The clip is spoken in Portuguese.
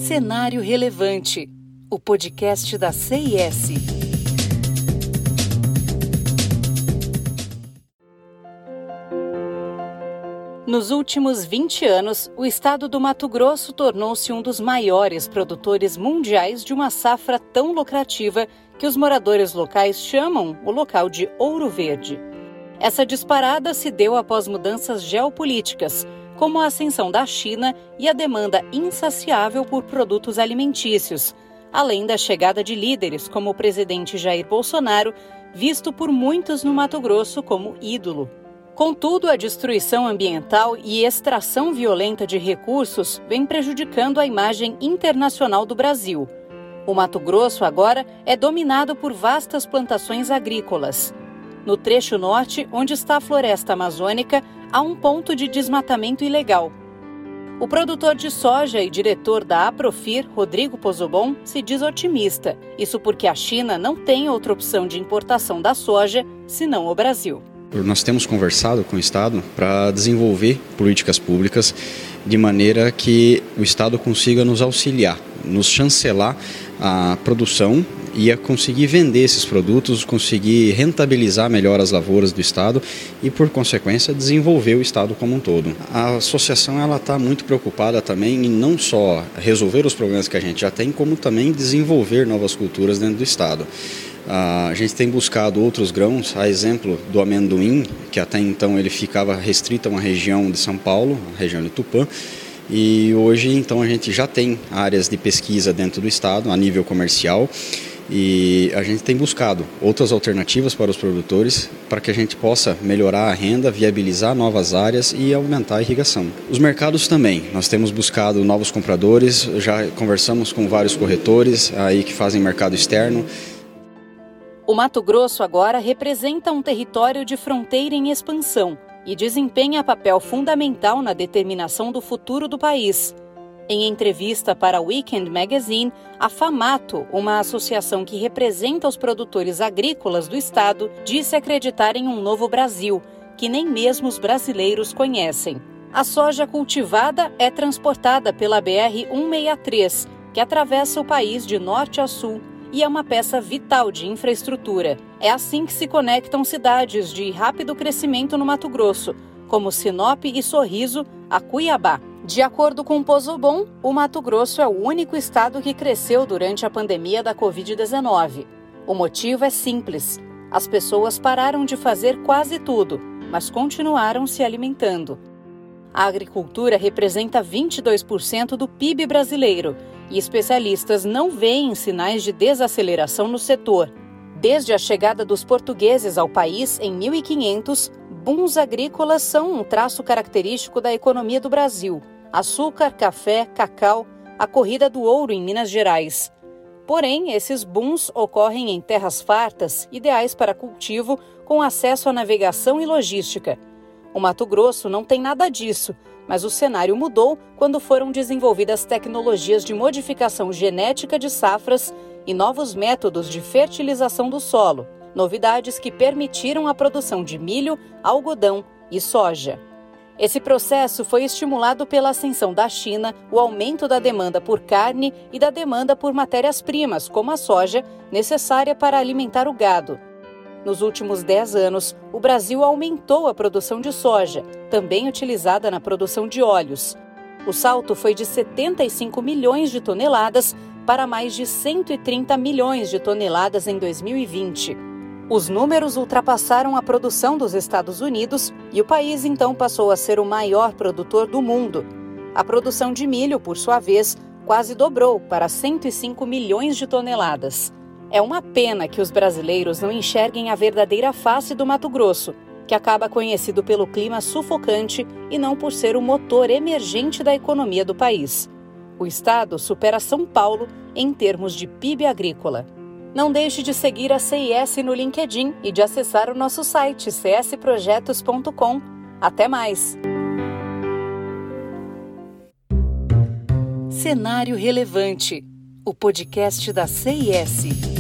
Cenário Relevante, o podcast da CIS. Nos últimos 20 anos, o estado do Mato Grosso tornou-se um dos maiores produtores mundiais de uma safra tão lucrativa que os moradores locais chamam o local de Ouro Verde. Essa disparada se deu após mudanças geopolíticas, como a ascensão da China e a demanda insaciável por produtos alimentícios, além da chegada de líderes como o presidente Jair Bolsonaro, visto por muitos no Mato Grosso como ídolo. Contudo, a destruição ambiental e extração violenta de recursos vem prejudicando a imagem internacional do Brasil. O Mato Grosso agora é dominado por vastas plantações agrícolas. No trecho norte, onde está a floresta amazônica, há um ponto de desmatamento ilegal. O produtor de soja e diretor da Aprofir, Rodrigo Pozobon, se diz otimista. Isso porque a China não tem outra opção de importação da soja, senão o Brasil. Nós temos conversado com o Estado para desenvolver políticas públicas de maneira que o Estado consiga nos auxiliar, nos chancelar a produção e a conseguir vender esses produtos, conseguir rentabilizar melhor as lavouras do Estado e, por consequência, desenvolver o Estado como um todo. A associação está muito preocupada também em não só resolver os problemas que a gente já tem, como também desenvolver novas culturas dentro do Estado. A gente tem buscado outros grãos, a exemplo do amendoim, que até então ele ficava restrito a uma região de São Paulo, a região de Tupã, e hoje então a gente já tem áreas de pesquisa dentro do Estado, a nível comercial, e a gente tem buscado outras alternativas para os produtores para que a gente possa melhorar a renda, viabilizar novas áreas e aumentar a irrigação. Os mercados também, nós temos buscado novos compradores, já conversamos com vários corretores aí que fazem mercado externo. O Mato Grosso agora representa um território de fronteira em expansão e desempenha papel fundamental na determinação do futuro do país. Em entrevista para a Weekend Magazine, a FAMATO, uma associação que representa os produtores agrícolas do estado, disse acreditar em um novo Brasil, que nem mesmo os brasileiros conhecem. A soja cultivada é transportada pela BR-163, que atravessa o país de norte a sul, e é uma peça vital de infraestrutura. É assim que se conectam cidades de rápido crescimento no Mato Grosso, como Sinop e Sorriso, a Cuiabá. De acordo com Pozobon, o Mato Grosso é o único estado que cresceu durante a pandemia da Covid-19. O motivo é simples. As pessoas pararam de fazer quase tudo, mas continuaram se alimentando. A agricultura representa 22% do PIB brasileiro, e especialistas não veem sinais de desaceleração no setor. Desde a chegada dos portugueses ao país em 1500, booms agrícolas são um traço característico da economia do Brasil. Açúcar, café, cacau, a corrida do ouro em Minas Gerais. Porém, esses booms ocorrem em terras fartas, ideais para cultivo, com acesso à navegação e logística. O Mato Grosso não tem nada disso, mas o cenário mudou quando foram desenvolvidas tecnologias de modificação genética de safras e novos métodos de fertilização do solo, novidades que permitiram a produção de milho, algodão e soja. Esse processo foi estimulado pela ascensão da China, o aumento da demanda por carne e da demanda por matérias-primas, como a soja, necessária para alimentar o gado. Nos últimos 10 anos, o Brasil aumentou a produção de soja, também utilizada na produção de óleos. O salto foi de 75 milhões de toneladas para mais de 130 milhões de toneladas em 2020. Os números ultrapassaram a produção dos Estados Unidos e o país então passou a ser o maior produtor do mundo. A produção de milho, por sua vez, quase dobrou para 105 milhões de toneladas. É uma pena que os brasileiros não enxerguem a verdadeira face do Mato Grosso, que acaba conhecido pelo clima sufocante e não por ser o motor emergente da economia do país. O estado supera São Paulo em termos de PIB agrícola. Não deixe de seguir a CIS no LinkedIn e de acessar o nosso site csprojetos.com. Até mais! Cenário Relevante, o podcast da CIS.